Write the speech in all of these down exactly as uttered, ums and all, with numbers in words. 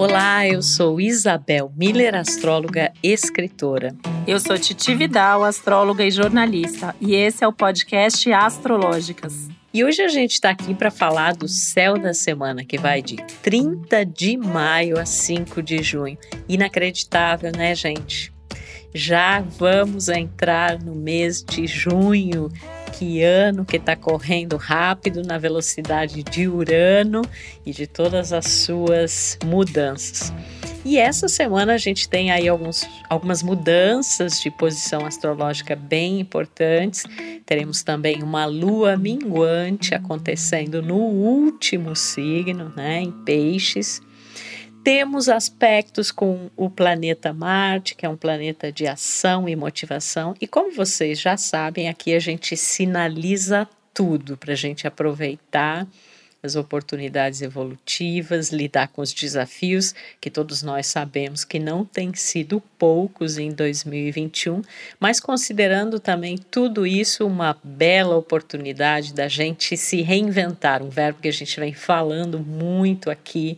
Olá, eu sou Isabel Miller, astróloga e escritora. Eu sou Titi Vidal, astróloga e jornalista, e esse é o podcast Astrológicas. E hoje a gente está aqui para falar do céu da semana, que vai de trinta de maio a cinco de junho. Inacreditável, né, gente? Já vamos entrar no mês de junho. Que ano que está correndo rápido na velocidade de Urano e de todas as suas mudanças. E essa semana a gente tem aí alguns, algumas mudanças de posição astrológica bem importantes. Teremos também uma lua minguante acontecendo no último signo, né, em Peixes. Temos aspectos com o planeta Marte, que é um planeta de ação e motivação. E como vocês já sabem, aqui a gente sinaliza tudo para a gente aproveitar as oportunidades evolutivas, lidar com os desafios, que todos nós sabemos que não têm sido poucos em dois mil e vinte e um, mas considerando também tudo isso uma bela oportunidade da gente se reinventar, um verbo que a gente vem falando muito aqui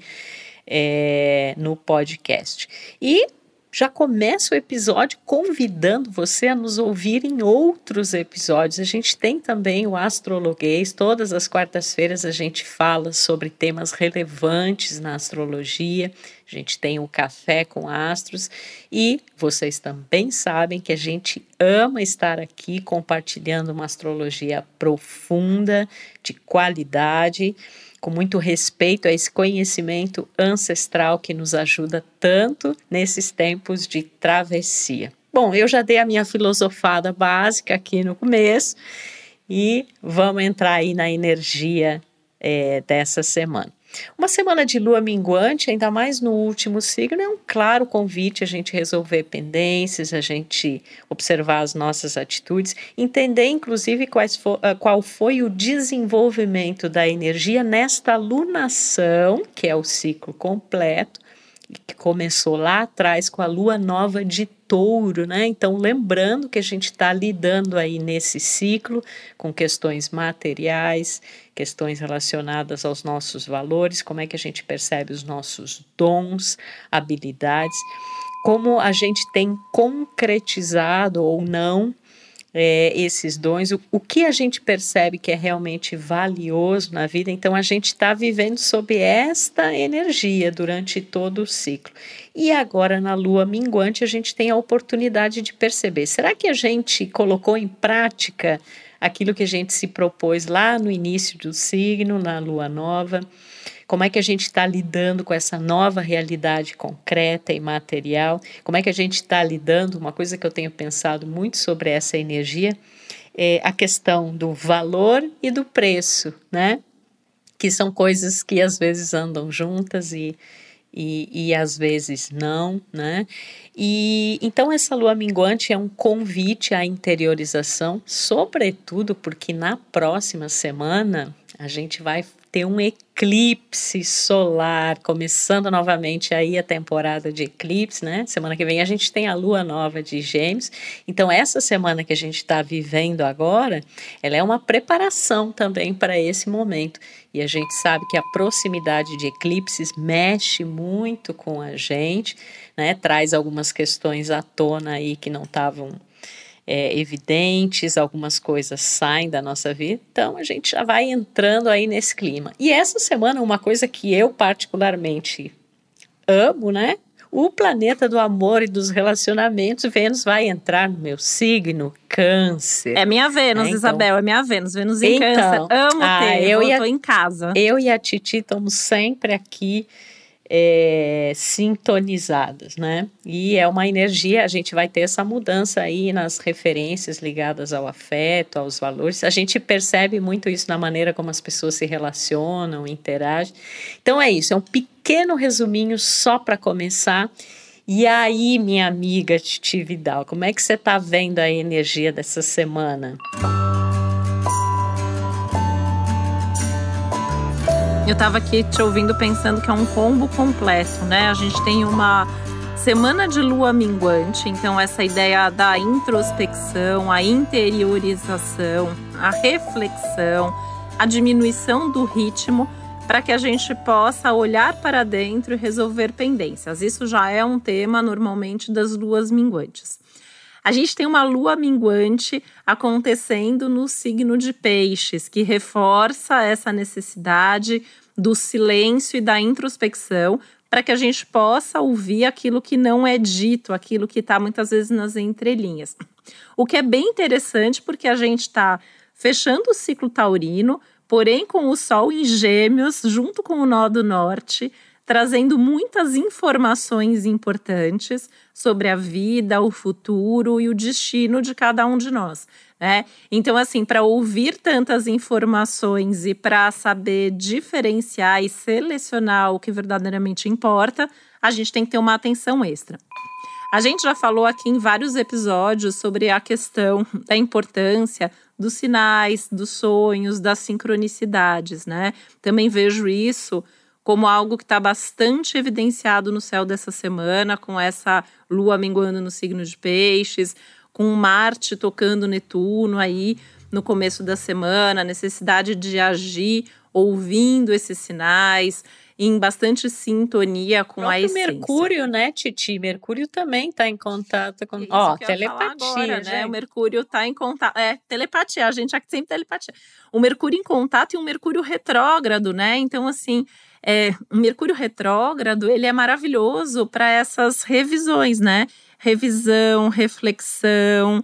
É, no podcast. E já começa o episódio convidando você a nos ouvir em outros episódios. A gente tem também o Astrologuês, todas as quartas-feiras a gente fala sobre temas relevantes na astrologia. A gente tem o Café com Astros e vocês também sabem que a gente ama estar aqui compartilhando uma astrologia profunda, de qualidade, com muito respeito a esse conhecimento ancestral que nos ajuda tanto nesses tempos de travessia. Bom, eu já dei a minha filosofada básica aqui no começo e vamos entrar aí na energia é, dessa semana. Uma semana de lua minguante, ainda mais no último signo, é um claro convite a gente resolver pendências, a gente observar as nossas atitudes, entender inclusive quais for, qual foi o desenvolvimento da energia nesta lunação, que é o ciclo completo, que começou lá atrás com a lua nova de Touro, né? Então, lembrando que a gente está lidando aí nesse ciclo com questões materiais, questões relacionadas aos nossos valores, como é que a gente percebe os nossos dons, habilidades, como a gente tem concretizado ou não É, esses dons, o, o que a gente percebe que é realmente valioso na vida. Então a gente está vivendo sob esta energia durante todo o ciclo. E agora na lua minguante a gente tem a oportunidade de perceber, será que a gente colocou em prática aquilo que a gente se propôs lá no início do signo, na lua nova? Como é que a gente está lidando com essa nova realidade concreta e material? Como é que a gente está lidando? Uma coisa que eu tenho pensado muito sobre essa energia é a questão do valor e do preço, né? Que são coisas que às vezes andam juntas e, e, e às vezes não, né? E então essa lua minguante é um convite à interiorização, sobretudo porque na próxima semana a gente vai ter um eclipse solar, começando novamente aí a temporada de eclipse, né? Semana que vem a gente tem a lua nova de Gêmeos. Então essa semana que a gente está vivendo agora, ela é uma preparação também para esse momento. E a gente sabe que a proximidade de eclipses mexe muito com a gente, né? Traz algumas questões à tona aí que não estavam É, evidentes, algumas coisas saem da nossa vida, então a gente já vai entrando aí nesse clima. E essa semana, uma coisa que eu particularmente amo, né? O planeta do amor e dos relacionamentos, Vênus vai entrar no meu signo, Câncer. É minha Vênus, é, então, Isabel, é minha Vênus, Vênus em então, Câncer. Amo ah, ter, eu, eu tô em casa. Eu e a Titi estamos sempre aqui É, sintonizadas, né? E é uma energia, a gente vai ter essa mudança aí nas referências ligadas ao afeto, aos valores. A gente percebe muito isso na maneira como as pessoas se relacionam, interagem. Então é isso, é um pequeno resuminho só para começar. E aí, minha amiga Titi Vidal, como é que você tá vendo a energia dessa semana? Eu tava aqui te ouvindo pensando que é um combo completo, né? A gente tem uma semana de lua minguante, então essa ideia da introspecção, a interiorização, a reflexão, a diminuição do ritmo, para que a gente possa olhar para dentro e resolver pendências. Isso já é um tema normalmente das luas minguantes. A gente tem uma lua minguante acontecendo no signo de Peixes, que reforça essa necessidade do silêncio e da introspecção, para que a gente possa ouvir aquilo que não é dito, aquilo que está muitas vezes nas entrelinhas. O que é bem interessante, porque a gente está fechando o ciclo taurino, porém com o Sol em Gêmeos, junto com o Nó do Norte, trazendo muitas informações importantes sobre a vida, o futuro e o destino de cada um de nós, né? Então, assim, para ouvir tantas informações e para saber diferenciar e selecionar o que verdadeiramente importa, a gente tem que ter uma atenção extra. A gente já falou aqui em vários episódios sobre a questão da importância dos sinais, dos sonhos, das sincronicidades, né? Também vejo isso como algo que está bastante evidenciado no céu dessa semana, com essa lua minguando no signo de Peixes, com Marte tocando Netuno aí no começo da semana, a necessidade de agir ouvindo esses sinais, em bastante sintonia com a essência. Mercúrio, né, Titi? Mercúrio também está em contato com... Ó, telepatia, agora, né? O Mercúrio está em contato... É, telepatia, a gente aqui sempre telepatia. O Mercúrio em contato e o Mercúrio retrógrado, né? Então, assim, é, o Mercúrio retrógrado, ele é maravilhoso para essas revisões, né? Revisão, reflexão,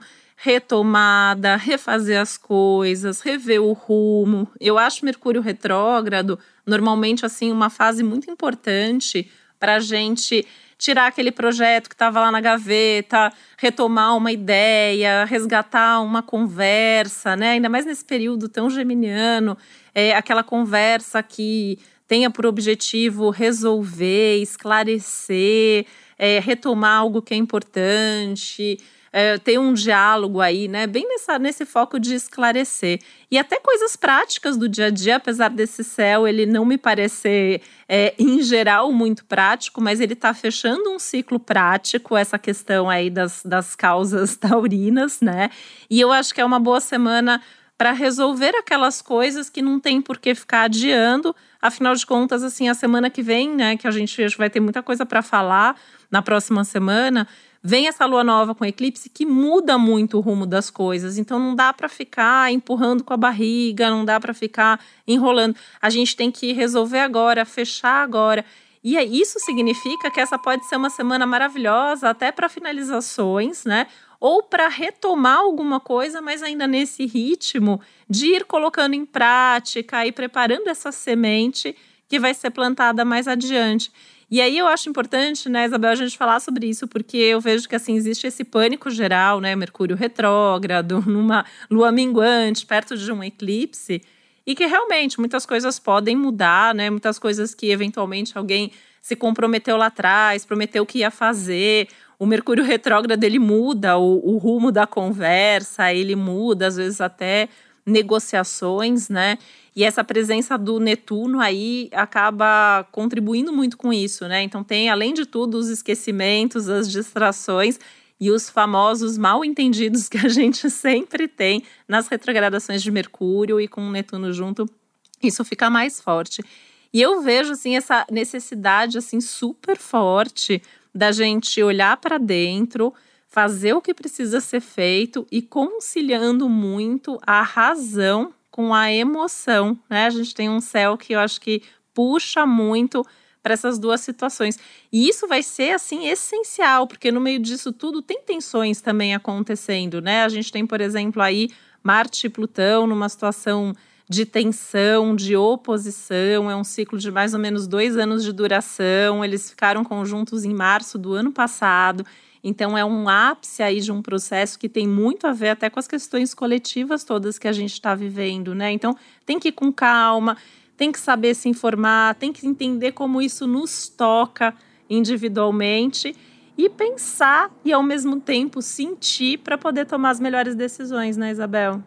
retomada, refazer as coisas, rever o rumo. Eu acho Mercúrio retrógrado normalmente assim uma fase muito importante para a gente tirar aquele projeto que estava lá na gaveta, retomar uma ideia, resgatar uma conversa, né? Ainda mais nesse período tão geminiano, é aquela conversa que tenha por objetivo resolver, esclarecer, é, retomar algo que é importante. É, ter um diálogo aí, né, bem nessa, nesse foco de esclarecer. E até coisas práticas do dia a dia, apesar desse céu ele não me parecer, é, em geral, muito prático, mas ele está fechando um ciclo prático, essa questão aí das, das causas taurinas, né, e eu acho que é uma boa semana para resolver aquelas coisas que não tem por que ficar adiando. Afinal de contas, assim, a semana que vem, né, que a gente vai ter muita coisa para falar na próxima semana, vem essa lua nova com eclipse que muda muito o rumo das coisas. Então não dá para ficar empurrando com a barriga, não dá para ficar enrolando. A gente tem que resolver agora, fechar agora. E isso significa que essa pode ser uma semana maravilhosa até para finalizações, né? Ou para retomar alguma coisa, mas ainda nesse ritmo de ir colocando em prática e preparando essa semente que vai ser plantada mais adiante. E aí eu acho importante, né, Isabel, a gente falar sobre isso, porque eu vejo que, assim, existe esse pânico geral, né, Mercúrio retrógrado, numa lua minguante, perto de um eclipse, e que realmente muitas coisas podem mudar, né, muitas coisas que eventualmente alguém se comprometeu lá atrás, prometeu que ia fazer. O Mercúrio retrógrado, ele muda o, o rumo da conversa, ele muda, às vezes, até negociações, né? E essa presença do Netuno aí acaba contribuindo muito com isso, né? Então tem, além de tudo, os esquecimentos, as distrações e os famosos mal entendidos que a gente sempre tem nas retrogradações de Mercúrio, e com o Netuno junto, isso fica mais forte. E eu vejo, assim, essa necessidade, assim, super forte da gente olhar para dentro, fazer o que precisa ser feito e conciliando muito a razão com a emoção, né? A gente tem um céu que eu acho que puxa muito para essas duas situações. E isso vai ser, assim, essencial, porque no meio disso tudo tem tensões também acontecendo, né? A gente tem, por exemplo, aí Marte e Plutão numa situação de tensão, de oposição, é um ciclo de mais ou menos dois anos de duração, eles ficaram conjuntos em março do ano passado. Então é um ápice aí de um processo que tem muito a ver até com as questões coletivas todas que a gente está vivendo, né? Então tem que ir com calma, tem que saber se informar, tem que entender como isso nos toca individualmente e pensar e ao mesmo tempo sentir para poder tomar as melhores decisões, né, Isabel?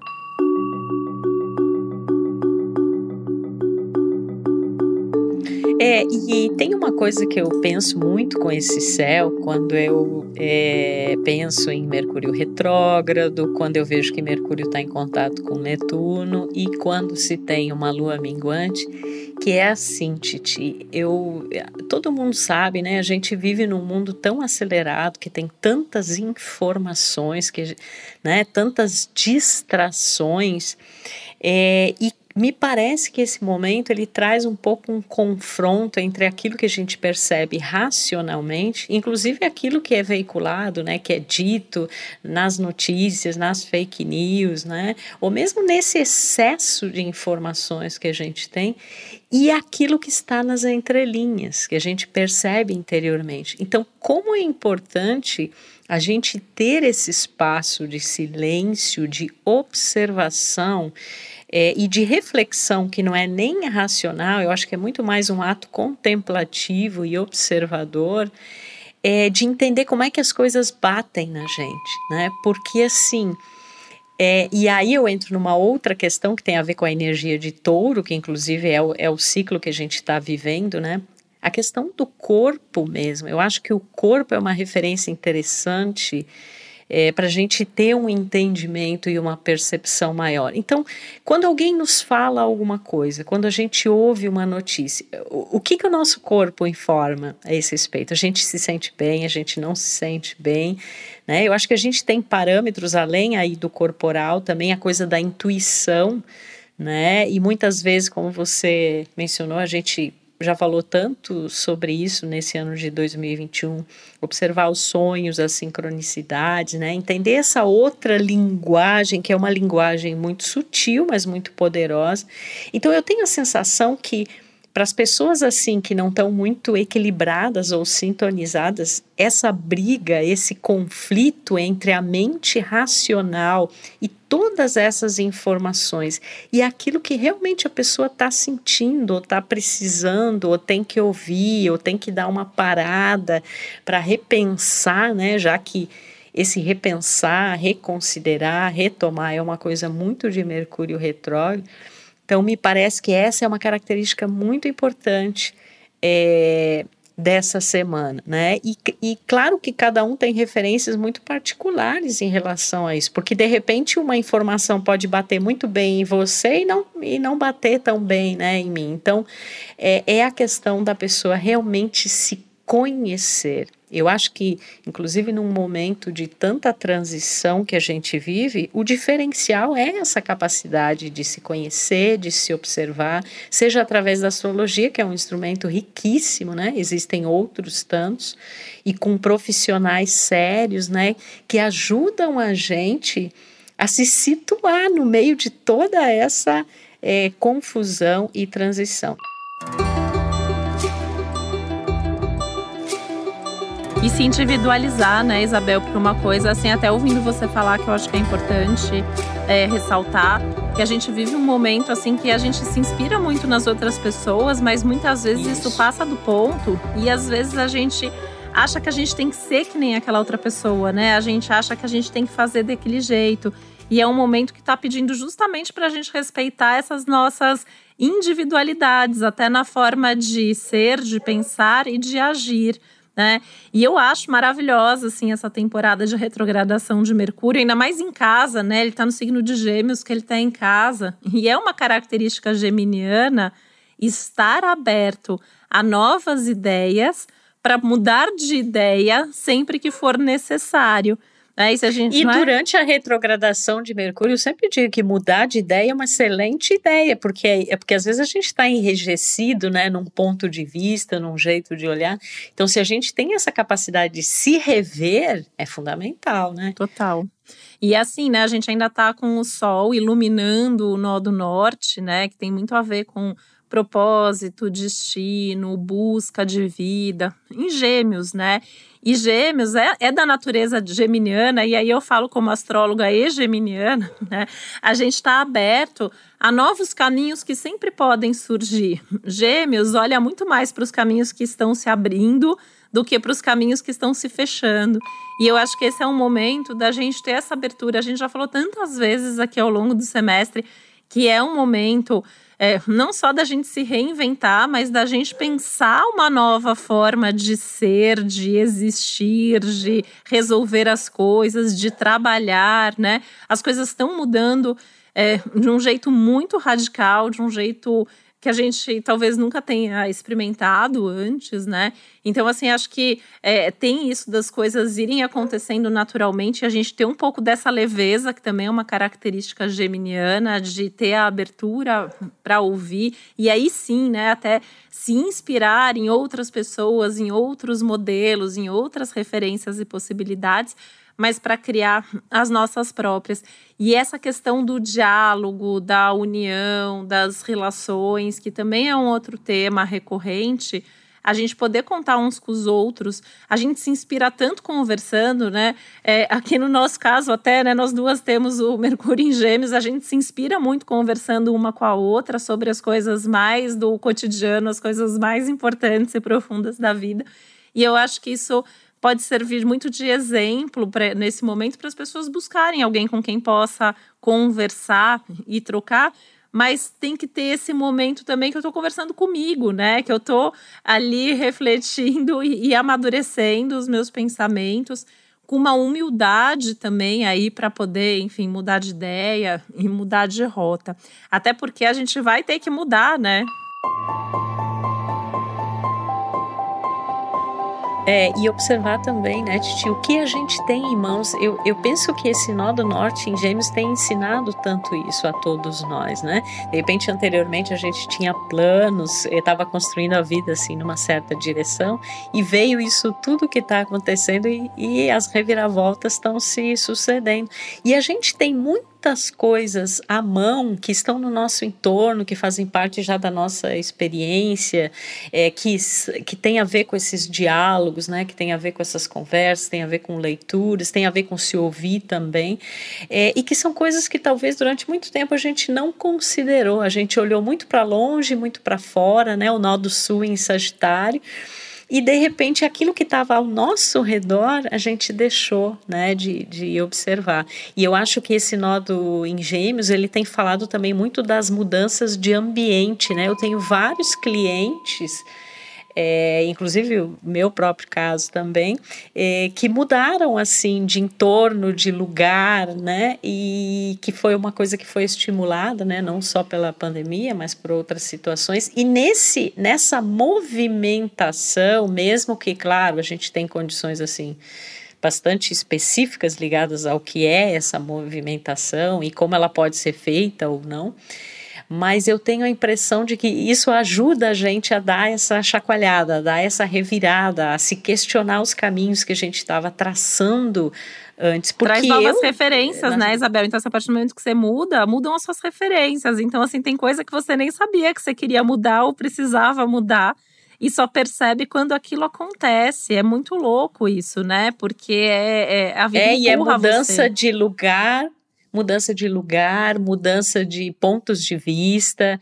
É, e tem uma coisa que eu penso muito com esse céu, quando eu é, penso em Mercúrio retrógrado, quando eu vejo que Mercúrio está em contato com Netuno e quando se tem uma lua minguante, que é assim, Titi, eu, todo mundo sabe, né, a gente vive num mundo tão acelerado, que tem tantas informações, que, né, tantas distrações, é, e me parece que esse momento ele traz um pouco um confronto entre aquilo que a gente percebe racionalmente, inclusive aquilo que é veiculado, né, que é dito nas notícias, nas fake news, né, ou mesmo nesse excesso de informações que a gente tem, e aquilo que está nas entrelinhas, que a gente percebe interiormente. Então, como é importante a gente ter esse espaço de silêncio, de observação, É, e de reflexão, que não é nem racional, eu acho que é muito mais um ato contemplativo e observador, é, de entender como é que as coisas batem na gente, né? Porque assim, é, e aí eu entro numa outra questão que tem a ver com a energia de touro, que inclusive é o, é o ciclo que a gente está vivendo, né? A questão do corpo mesmo, eu acho que o corpo é uma referência interessante, É, para a gente ter um entendimento e uma percepção maior. Então, quando alguém nos fala alguma coisa, quando a gente ouve uma notícia, o, o que, que o nosso corpo informa a esse respeito? A gente se sente bem, a gente não se sente bem, né? Eu acho que a gente tem parâmetros além aí do corporal, também a coisa da intuição, né? E muitas vezes, como você mencionou, a gente já falou tanto sobre isso nesse ano de dois mil e vinte e um, observar os sonhos, as sincronicidades, né? Entender essa outra linguagem, que é uma linguagem muito sutil, mas muito poderosa. Então eu tenho a sensação que para as pessoas assim que não estão muito equilibradas ou sintonizadas, essa briga, esse conflito entre a mente racional e todas essas informações e aquilo que realmente a pessoa está sentindo, ou está precisando, ou tem que ouvir, ou tem que dar uma parada para repensar, né? Já que esse repensar, reconsiderar, retomar é uma coisa muito de Mercúrio retrógrado. Então, me parece que essa é uma característica muito importante é, dessa semana, né? E, e claro que cada um tem referências muito particulares em relação a isso, porque de repente uma informação pode bater muito bem em você e não, e não bater tão bem, né, em mim. Então, é, é a questão da pessoa realmente se conhecer. Eu acho que, inclusive num momento de tanta transição que a gente vive, o diferencial é essa capacidade de se conhecer, de se observar, seja através da astrologia, que é um instrumento riquíssimo, né? Existem outros tantos, e com profissionais sérios, né? Que ajudam a gente a se situar no meio de toda essa é, confusão e transição. E se individualizar, né, Isabel, por uma coisa, assim, até ouvindo você falar, que eu acho que é importante é, ressaltar, que a gente vive um momento, assim, que a gente se inspira muito nas outras pessoas, mas muitas vezes isso, isso passa do ponto, e às vezes a gente acha que a gente tem que ser que nem aquela outra pessoa, né? A gente acha que a gente tem que fazer daquele jeito, e é um momento que está pedindo justamente para a gente respeitar essas nossas individualidades, até na forma de ser, de pensar e de agir, né? E eu acho maravilhosa, assim, essa temporada de retrogradação de Mercúrio, ainda mais em casa, né? Ele tá no signo de Gêmeos, que ele tá em casa. E é uma característica geminiana estar aberto a novas ideias para mudar de ideia sempre que for necessário. É, isso a gente, e não é? Durante a retrogradação de Mercúrio, eu sempre digo que mudar de ideia é uma excelente ideia, porque, é, é porque às vezes a gente está enrijecido, né, num ponto de vista, num jeito de olhar. Então, se a gente tem essa capacidade de se rever, é fundamental, né? Total. E assim, né, a gente ainda está com o Sol iluminando o nó do norte, né, que tem muito a ver com propósito, destino, busca de vida, em Gêmeos, né? E Gêmeos é, é da natureza geminiana, e aí eu falo como astróloga e geminiana, né? A gente está aberto a novos caminhos que sempre podem surgir. Gêmeos olha muito mais para os caminhos que estão se abrindo do que para os caminhos que estão se fechando. E eu acho que esse é um momento da gente ter essa abertura. A gente já falou tantas vezes aqui ao longo do semestre que é um momento é, não só da gente se reinventar, mas da gente pensar uma nova forma de ser, de existir, de resolver as coisas, de trabalhar, né? As coisas estão mudando é, de um jeito muito radical, de um jeito que a gente talvez nunca tenha experimentado antes, né? Então, assim, acho que é, tem isso das coisas irem acontecendo naturalmente, a gente ter um pouco dessa leveza, que também é uma característica geminiana, de ter a abertura para ouvir, e aí sim, né, até se inspirar em outras pessoas, em outros modelos, em outras referências e possibilidades, mas para criar as nossas próprias. E essa questão do diálogo, da união, das relações, que também é um outro tema recorrente, a gente poder contar uns com os outros, a gente se inspira tanto conversando, né? É, aqui no nosso caso até, né, nós duas temos o Mercúrio em Gêmeos, a gente se inspira muito conversando uma com a outra sobre as coisas mais do cotidiano, as coisas mais importantes e profundas da vida. E eu acho que isso pode servir muito de exemplo pra, nesse momento para as pessoas buscarem alguém com quem possa conversar e trocar, mas tem que ter esse momento também que eu estou conversando comigo, né? Que eu estou ali refletindo e, e amadurecendo os meus pensamentos, com uma humildade também aí para poder, enfim, mudar de ideia e mudar de rota. Até porque a gente vai ter que mudar, né? É, e observar também, né, Titi, o que a gente tem em mãos. Eu, eu penso que esse nó do norte em Gêmeos tem ensinado tanto isso a todos nós, né? De repente, anteriormente, a gente tinha planos, estava construindo a vida, assim, numa certa direção, e veio isso tudo que está acontecendo e, e as reviravoltas estão se sucedendo. E a gente tem muito muitas coisas à mão que estão no nosso entorno, que fazem parte já da nossa experiência, é, que, que tem a ver com esses diálogos, né, que tem a ver com essas conversas, tem a ver com leituras, tem a ver com se ouvir também, é, e que são coisas que talvez durante muito tempo a gente não considerou, a gente olhou muito para longe, muito para fora, né, o nó do sul em Sagitário, e, de repente, aquilo que estava ao nosso redor, a gente deixou, né, de, de observar. E eu acho que esse nó do, em Gêmeos, ele tem falado também muito das mudanças de ambiente, né? Eu tenho vários clientes, é, inclusive o meu próprio caso também, é, que mudaram, assim, de entorno, de lugar, né? E que foi uma coisa que foi estimulada, né? Não só pela pandemia, mas por outras situações. E nesse, nessa movimentação, mesmo que, claro, a gente tem condições, assim, bastante específicas ligadas ao que é essa movimentação e como ela pode ser feita ou não, mas eu tenho a impressão de que isso ajuda a gente a dar essa chacoalhada, a dar essa revirada, a se questionar os caminhos que a gente estava traçando antes. Porque traz novas eu, referências, na... né, Isabel? Então, a partir do momento que você muda, mudam as suas referências. Então, assim, tem coisa que você nem sabia que você queria mudar ou precisava mudar. E só percebe quando aquilo acontece. É muito louco isso, né? Porque é, é a vida é, e é mudança você. de lugar, mudança de lugar, mudança de pontos de vista,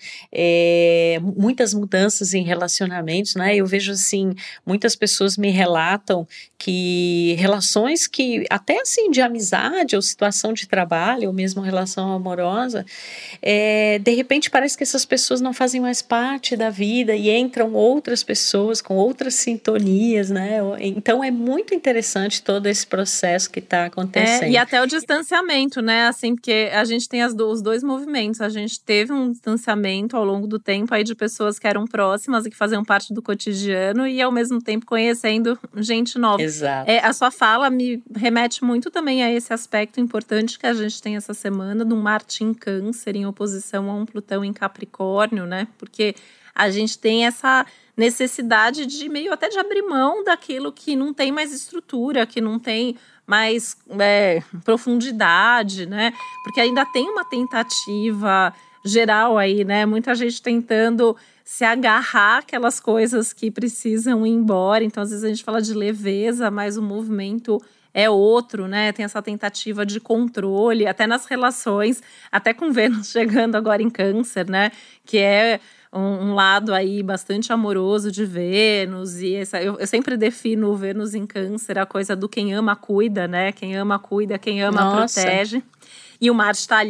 é, muitas mudanças em relacionamentos, né? Eu vejo, assim, muitas pessoas me relatam que relações que, até assim, de amizade ou situação de trabalho, ou mesmo relação amorosa, é, de repente parece que essas pessoas não fazem mais parte da vida e entram outras pessoas com outras sintonias, né? Então é muito interessante todo esse processo que está acontecendo. É, e até o distanciamento, né? Assim, porque a gente tem as do, os dois movimentos. A gente teve um distanciamento ao longo do tempo aí de pessoas que eram próximas e que faziam parte do cotidiano e ao mesmo tempo conhecendo gente nova. Exato. É, a sua fala me remete muito também a esse aspecto importante que a gente tem essa semana, do Marte em Câncer, em oposição a um Plutão em Capricórnio, né? Porque a gente tem essa necessidade de meio até de abrir mão daquilo que não tem mais estrutura, que não tem mais é, profundidade, né? Porque ainda tem uma tentativa geral aí, né? Muita gente tentando se agarrar aquelas coisas que precisam ir embora. Então, às vezes a gente fala de leveza, mas o movimento é outro, né? Tem essa tentativa de controle, até nas relações, até com Vênus chegando agora em Câncer, né? Que é um, um lado aí bastante amoroso de Vênus. E essa, eu, eu sempre defino o Vênus em Câncer, a coisa do quem ama, cuida, né? Quem ama, cuida, quem ama, Nossa. protege. E o Marte está ali.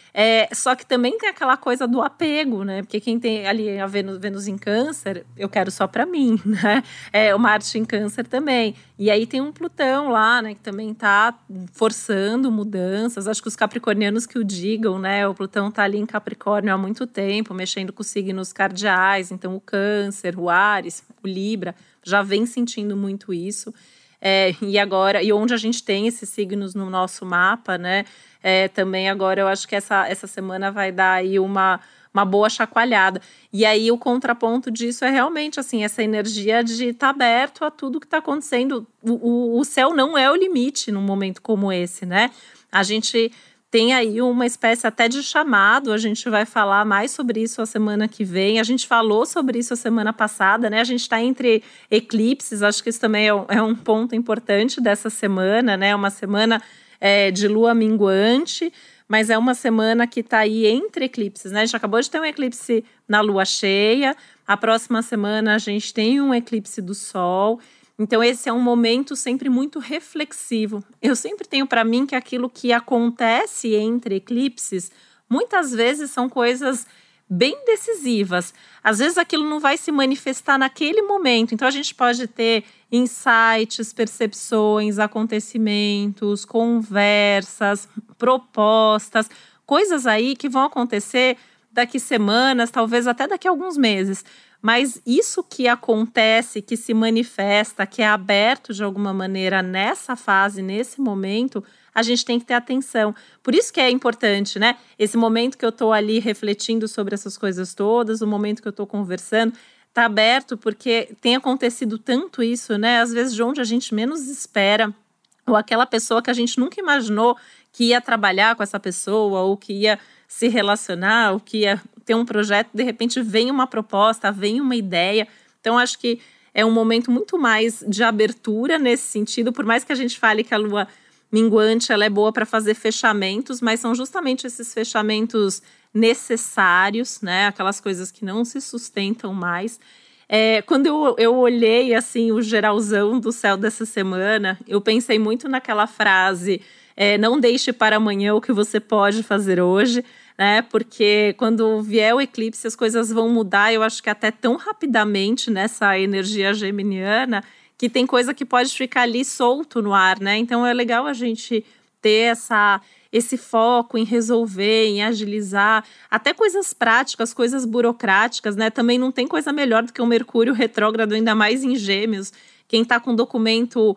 É, só que também tem aquela coisa do apego, né? Porque quem tem ali a Vênus, Vênus em Câncer, eu quero só para mim, né? É, o Marte em Câncer também. E aí tem um Plutão lá, né? Que também tá forçando mudanças. Acho que os capricornianos que o digam, né? O Plutão tá ali em Capricórnio há muito tempo, mexendo com signos cardeais. Então o Câncer, o Áries, o Libra, já vem sentindo muito isso. É, e agora, e onde a gente tem esses signos no nosso mapa, né? É, também agora eu acho que essa, essa semana vai dar aí uma, uma boa chacoalhada. E aí o contraponto disso é realmente assim, essa energia de estar tá aberto a tudo que está acontecendo. O, o, o céu não é o limite num momento como esse, né? A gente tem aí uma espécie até de chamado, a gente vai falar mais sobre isso a semana que vem. A gente falou sobre isso a semana passada, né? A gente está entre eclipses, acho que isso também é um, é um ponto importante dessa semana, né? Uma semana É, de lua minguante, mas é uma semana que está aí entre eclipses, né? A gente acabou de ter um eclipse na lua cheia, a próxima semana a gente tem um eclipse do sol, então esse é um momento sempre muito reflexivo. Eu sempre tenho para mim que aquilo que acontece entre eclipses, muitas vezes são coisas bem decisivas. Às vezes aquilo não vai se manifestar naquele momento, então a gente pode ter insights, percepções, acontecimentos, conversas, propostas, coisas aí que vão acontecer daqui semanas, talvez até daqui a alguns meses. Mas isso que acontece, que se manifesta, que é aberto de alguma maneira nessa fase, nesse momento, a gente tem que ter atenção. Por isso que é importante, né? Esse momento que eu estou ali refletindo sobre essas coisas todas, o momento que eu estou conversando, tá aberto porque tem acontecido tanto isso, né? Às vezes de onde a gente menos espera, ou aquela pessoa que a gente nunca imaginou que ia trabalhar com essa pessoa, ou que ia se relacionar, ou que ia ter um projeto, de repente vem uma proposta, vem uma ideia. Então acho que é um momento muito mais de abertura nesse sentido, por mais que a gente fale que a lua minguante ela é boa para fazer fechamentos, mas são justamente esses fechamentos necessários, né? Aquelas coisas que não se sustentam mais. É, quando eu, eu olhei assim o geralzão do céu dessa semana, eu pensei muito naquela frase, é, não deixe para amanhã o que você pode fazer hoje, né? Porque quando vier o eclipse as coisas vão mudar, eu acho que até tão rapidamente nessa energia geminiana, que tem coisa que pode ficar ali solto no ar, né? Então é legal a gente ter essa, esse foco em resolver, em agilizar, até coisas práticas, coisas burocráticas, né? Também não tem coisa melhor do que um Mercúrio retrógrado, ainda mais em Gêmeos. Quem está com documento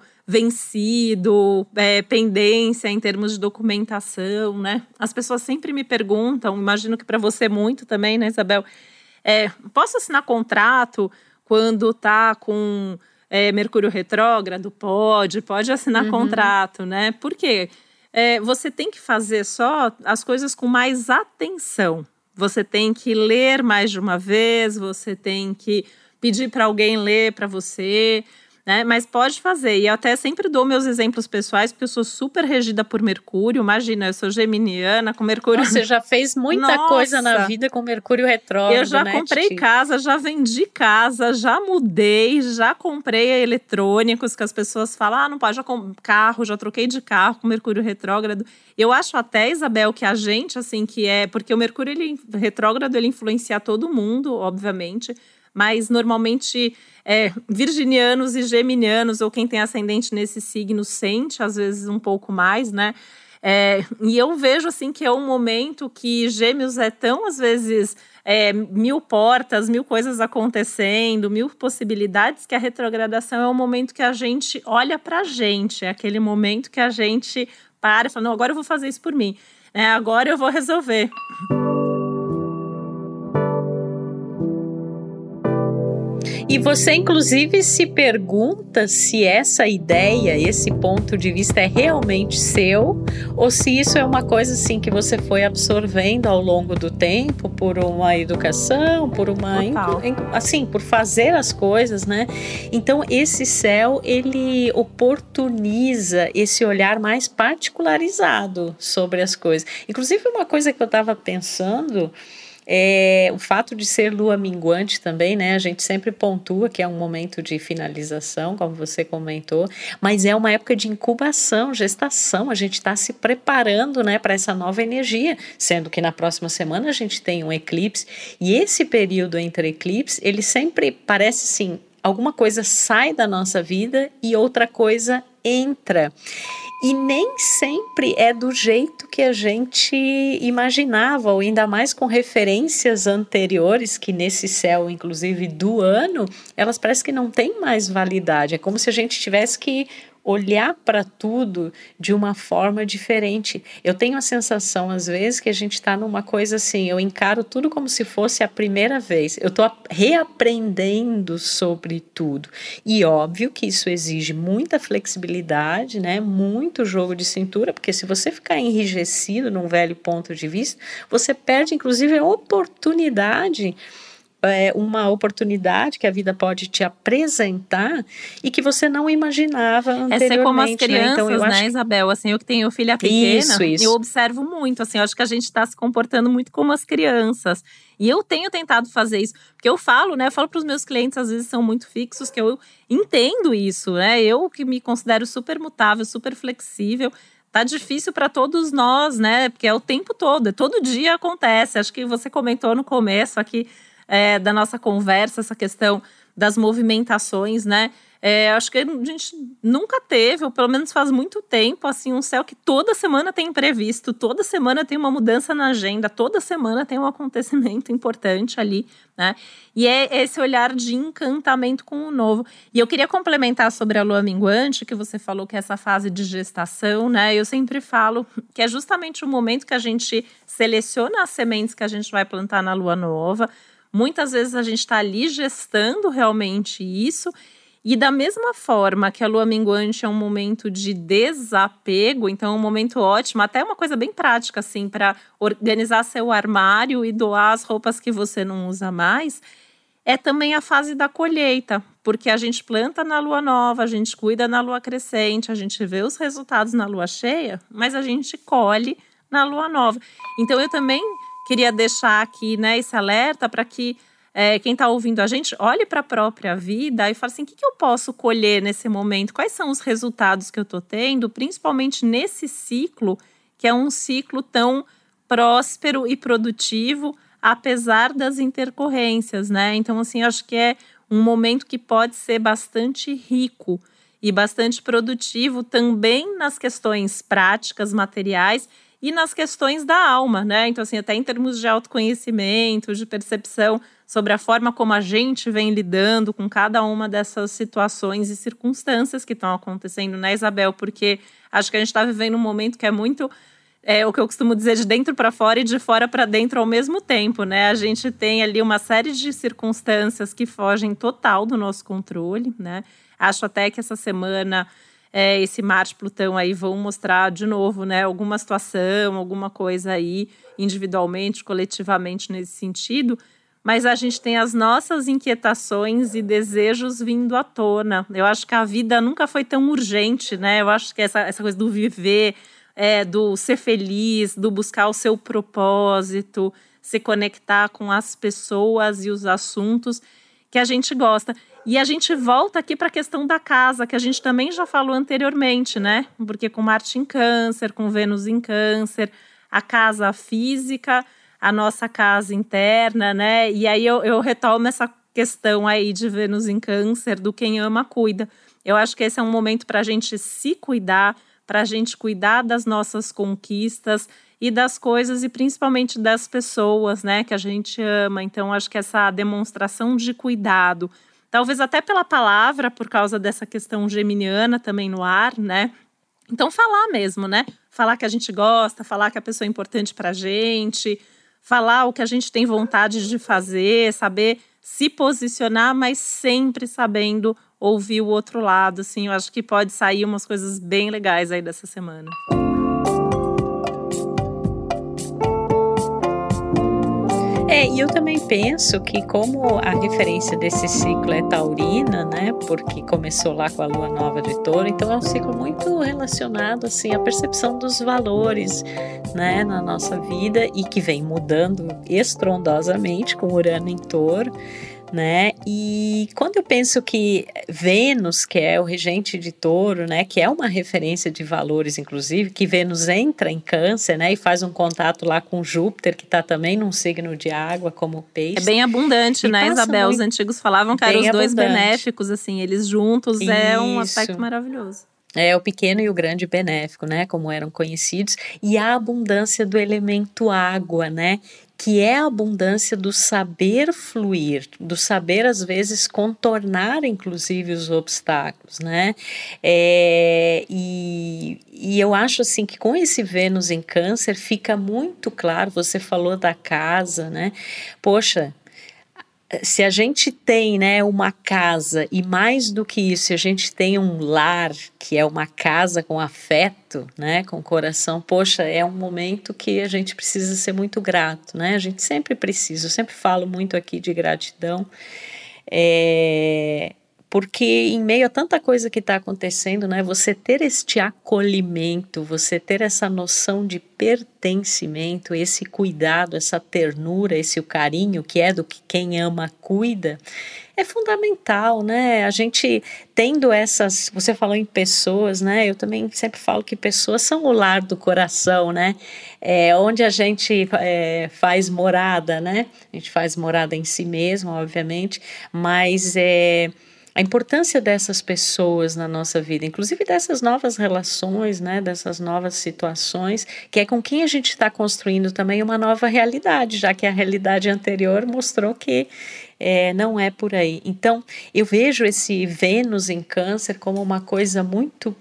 vencido, é, pendência em termos de documentação, né? As pessoas sempre me perguntam, imagino que para você muito também, né, Isabel? É, posso assinar contrato quando tá com é, Mercúrio retrógrado? Pode, pode assinar uhum. contrato, né? Por quê? É, você tem que fazer só as coisas com mais atenção. Você tem que ler mais de uma vez, você tem que pedir para alguém ler para você, né? Mas pode fazer. E eu até sempre dou meus exemplos pessoais, porque eu sou super regida por Mercúrio. Imagina, eu sou geminiana com Mercúrio. Você já fez muita Nossa. coisa na vida com Mercúrio retrógrado, Eu já né, comprei Titi? casa, já vendi casa, já mudei, já comprei eletrônicos que as pessoas falam, ah, não pode, já com carro, já troquei de carro com Mercúrio retrógrado. Eu acho até, Isabel, que a gente, assim, que é... Porque o Mercúrio ele, retrógrado, ele influencia todo mundo, obviamente, mas normalmente é, virginianos e geminianos, ou quem tem ascendente nesse signo, sente às vezes um pouco mais, né? É, e eu vejo assim que é um momento que Gêmeos é tão, às vezes, é, mil portas, mil coisas acontecendo, mil possibilidades, que a retrogradação é um momento que a gente olha pra gente, é aquele momento que a gente para e fala, não, agora eu vou fazer isso por mim, né? Agora eu vou resolver. E você, inclusive, se pergunta se essa ideia, esse ponto de vista é realmente seu, ou se isso é uma coisa assim que você foi absorvendo ao longo do tempo por uma educação, por uma assim, por fazer as coisas, né? Então esse céu ele oportuniza esse olhar mais particularizado sobre as coisas. Inclusive uma coisa que eu estava pensando É, o fato de ser lua minguante também, né? A gente sempre pontua que é um momento de finalização, como você comentou, mas é uma época de incubação, gestação. A gente está se preparando, né, para essa nova energia, sendo que na próxima semana a gente tem um eclipse, e esse período entre eclipses, ele sempre parece assim, alguma coisa sai da nossa vida e outra coisa entra. E nem sempre é do jeito que a gente imaginava, ou ainda mais com referências anteriores, que nesse céu, inclusive do ano, elas parecem que não têm mais validade. É como se a gente tivesse que olhar para tudo de uma forma diferente. Eu tenho a sensação, às vezes, que a gente está numa coisa assim, eu encaro tudo como se fosse a primeira vez. Eu estou reaprendendo sobre tudo. E óbvio que isso exige muita flexibilidade, né? Muito jogo de cintura, porque se você ficar enrijecido num velho ponto de vista, você perde, inclusive, a oportunidade É uma oportunidade que a vida pode te apresentar e que você não imaginava anteriormente. É ser como as crianças, né, então, eu né acho... Isabel? Assim, eu que tenho filha pequena, isso, isso. eu observo muito, assim, eu acho que a gente está se comportando muito como as crianças. E eu tenho tentado fazer isso, porque eu falo, né, eu falo para os meus clientes, às vezes são muito fixos, que eu entendo isso, né? Eu que me considero super mutável, super flexível, tá difícil para todos nós, né? Porque é o tempo todo, todo dia acontece. Acho que você comentou no começo aqui, É, da nossa conversa, essa questão das movimentações, né? É, acho que a gente nunca teve, ou pelo menos faz muito tempo, assim, um céu que toda semana tem imprevisto, toda semana tem uma mudança na agenda, toda semana tem um acontecimento importante ali, né? E é esse olhar de encantamento com o novo. E eu queria complementar sobre a lua minguante, que você falou que é essa fase de gestação, né? Eu sempre falo que é justamente o momento que a gente seleciona as sementes que a gente vai plantar na lua nova. Muitas vezes a gente está ali gestando realmente isso, e da mesma forma que a lua minguante é um momento de desapego, então é um momento ótimo, até uma coisa bem prática, assim, para organizar seu armário e doar as roupas que você não usa mais, é também a fase da colheita, porque a gente planta na lua nova, a gente cuida na lua crescente, a gente vê os resultados na lua cheia, mas a gente colhe na lua nova. Então eu também queria deixar aqui, né, esse alerta para que é, quem está ouvindo a gente olhe para a própria vida e fale assim, o que, que eu posso colher nesse momento? Quais são os resultados que eu estou tendo, principalmente nesse ciclo, que é um ciclo tão próspero e produtivo, apesar das intercorrências, né? Então, assim, acho que é um momento que pode ser bastante rico e bastante produtivo também nas questões práticas, materiais, e nas questões da alma, né? Então, assim, até em termos de autoconhecimento, de percepção sobre a forma como a gente vem lidando com cada uma dessas situações e circunstâncias que estão acontecendo, né, Isabel? Porque acho que a gente está vivendo um momento que é muito, é, o que eu costumo dizer, de dentro para fora e de fora para dentro ao mesmo tempo, né? A gente tem ali uma série de circunstâncias que fogem total do nosso controle, né? Acho até que essa semana É, esse Marte-Plutão aí vão mostrar de novo, né, alguma situação, alguma coisa aí, individualmente, coletivamente nesse sentido, mas a gente tem as nossas inquietações e desejos vindo à tona. Eu acho que a vida nunca foi tão urgente, né? Eu acho que essa, essa coisa do viver, é, do ser feliz, do buscar o seu propósito, se conectar com as pessoas e os assuntos que a gente gosta. E a gente volta aqui para a questão da casa, que a gente também já falou anteriormente, né? Porque com Marte em Câncer, com Vênus em Câncer, a casa física, a nossa casa interna, né? E aí eu, eu retomo essa questão aí de Vênus em Câncer, do quem ama, cuida. Eu acho que esse é um momento para a gente se cuidar, para a gente cuidar das nossas conquistas e das coisas, e principalmente das pessoas, né? Que a gente ama. Então, acho que essa demonstração de cuidado, talvez até pela palavra, por causa dessa questão geminiana também no ar, né? Então, falar mesmo, né? Falar que a gente gosta, falar que a pessoa é importante pra gente, falar o que a gente tem vontade de fazer, saber se posicionar, mas sempre sabendo ouvir o outro lado, assim. Eu acho que pode sair umas coisas bem legais aí dessa semana. É, e eu também penso que como a referência desse ciclo é taurina, né, porque começou lá com a lua nova de Touro, então é um ciclo muito relacionado, assim, à percepção dos valores, né, na nossa vida e que vem mudando estrondosamente com Urano em Touro, né, e quando eu penso que Vênus, que é o regente de Touro, né, que é uma referência de valores, inclusive, que Vênus entra em Câncer, né, e faz um contato lá com Júpiter, que está também num signo de água, como peixe. É bem abundante, né, Isabel? Os antigos falavam que eram os dois abundante. benéficos, assim, eles juntos. Isso. É um aspecto maravilhoso. É o pequeno e o grande benéfico, né, como eram conhecidos, e a abundância do elemento água, né, que é a abundância do saber fluir, do saber às vezes contornar inclusive os obstáculos, né, é, e, e eu acho assim que com esse Vênus em Câncer fica muito claro, você falou da casa, né, poxa, se a gente tem, né, uma casa e mais do que isso, se a gente tem um lar, que é uma casa com afeto, né, com coração, poxa, é um momento que a gente precisa ser muito grato, né, a gente sempre precisa, eu sempre falo muito aqui de gratidão, é, porque em meio a tanta coisa que está acontecendo, né, você ter este acolhimento, você ter essa noção de pertencimento, esse cuidado, essa ternura, esse carinho que é do que quem ama cuida, é fundamental, né? A gente tendo essas, você falou em pessoas, né? Eu também sempre falo que pessoas são o lar do coração, né? É onde a gente é, faz morada, né? A gente faz morada em si mesmo, obviamente, mas é a importância dessas pessoas na nossa vida, inclusive dessas novas relações, né, dessas novas situações, que é com quem a gente está construindo também uma nova realidade, já que a realidade anterior mostrou que é, não é por aí. Então, eu vejo esse Vênus em Câncer como uma coisa muito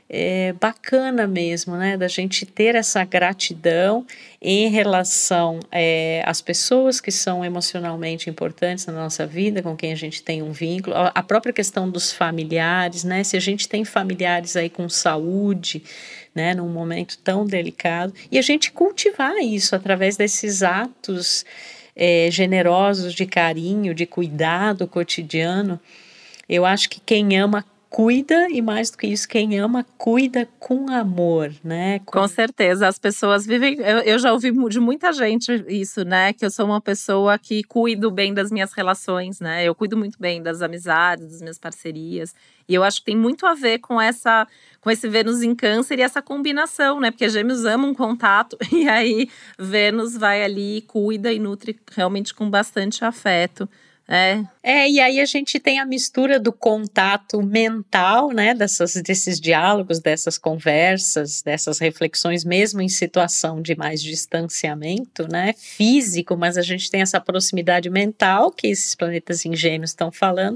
É, bacana mesmo, né, da gente ter essa gratidão em relação é, às pessoas que são emocionalmente importantes na nossa vida, com quem a gente tem um vínculo, a própria questão dos familiares, né, se a gente tem familiares aí com saúde, né, num momento tão delicado, e a gente cultivar isso através desses atos é, generosos de carinho, de cuidado cotidiano. Eu acho que quem ama cuida, e mais do que isso, quem ama, cuida com amor, né? Com, com certeza, as pessoas vivem… Eu, eu já ouvi de muita gente isso, né? Que eu sou uma pessoa que cuido bem das minhas relações, né? Eu cuido muito bem das amizades, das minhas parcerias. E eu acho que tem muito a ver com essa, com esse Vênus em Câncer e essa combinação, né? Porque Gêmeos amam contato e aí Vênus vai ali, cuida e nutre realmente com bastante afeto. É. é, e aí a gente tem a mistura do contato mental, né, dessas, desses diálogos, dessas conversas, dessas reflexões, mesmo em situação de mais distanciamento, né, físico, mas a gente tem essa proximidade mental que esses planetas em Gêmeos estão falando,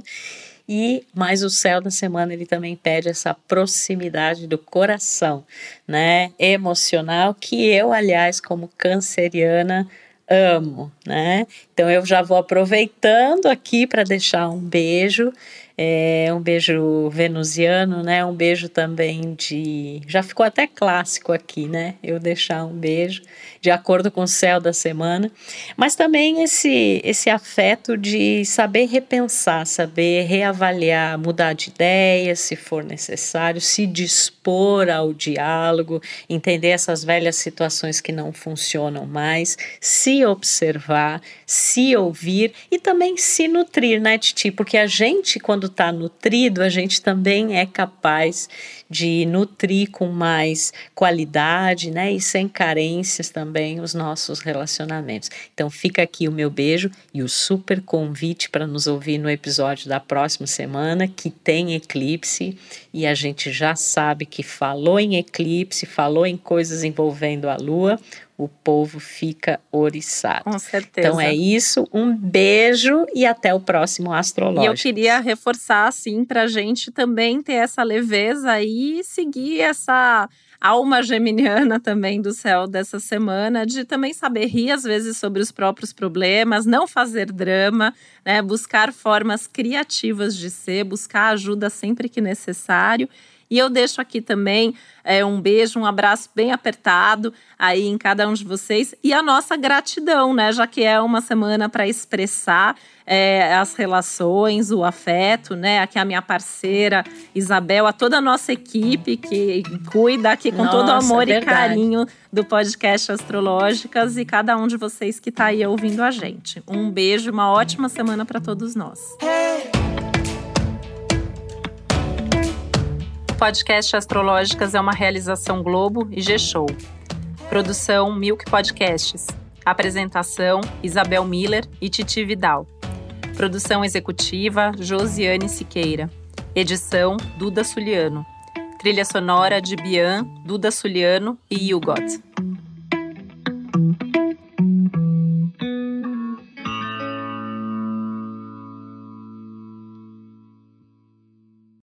e mais o céu da semana ele também pede essa proximidade do coração, né, emocional, que eu, aliás, como canceriana, amo, né? Então eu já vou aproveitando aqui para deixar um beijo, é, um beijo venusiano, né? Um beijo também de… Já ficou até clássico aqui, né? Eu deixar um beijo de acordo com o céu da semana, mas também esse, esse afeto de saber repensar, saber reavaliar, mudar de ideia se for necessário, se dispor ao diálogo, entender essas velhas situações que não funcionam mais, se observar, se ouvir e também se nutrir, né, Titi? Porque a gente, quando está nutrido, a gente também é capaz de nutrir com mais qualidade, né, e sem carências também os nossos relacionamentos. Então fica aqui o meu beijo e o super convite para nos ouvir no episódio da próxima semana, que tem eclipse, e a gente já sabe que falou em eclipse, falou em coisas envolvendo a lua, o povo fica oriçado. Com certeza. Então é isso, um beijo e até o próximo Astrológico. E eu queria reforçar, assim, para a gente também ter essa leveza e seguir essa alma geminiana também do céu dessa semana, de também saber rir às vezes sobre os próprios problemas, não fazer drama, né? Buscar formas criativas de ser, buscar ajuda sempre que necessário. E eu deixo aqui também é, um beijo, um abraço bem apertado aí em cada um de vocês. E a nossa gratidão, né? Já que é uma semana para expressar é, as relações, o afeto, né? Aqui a minha parceira Isabel, a toda a nossa equipe que cuida aqui com nossa, todo o amor é e carinho do podcast Astrológicas e cada um de vocês que está aí ouvindo a gente. Um beijo, uma ótima semana para todos nós. O podcast Astrológicas é uma realização Globo e G-Show. Produção Milk Podcasts. Apresentação Isabel Miller e Titi Vidal. Produção executiva Josiane Siqueira. Edição Duda Suliano. Trilha sonora de Bian, Duda Suliano e Hugot.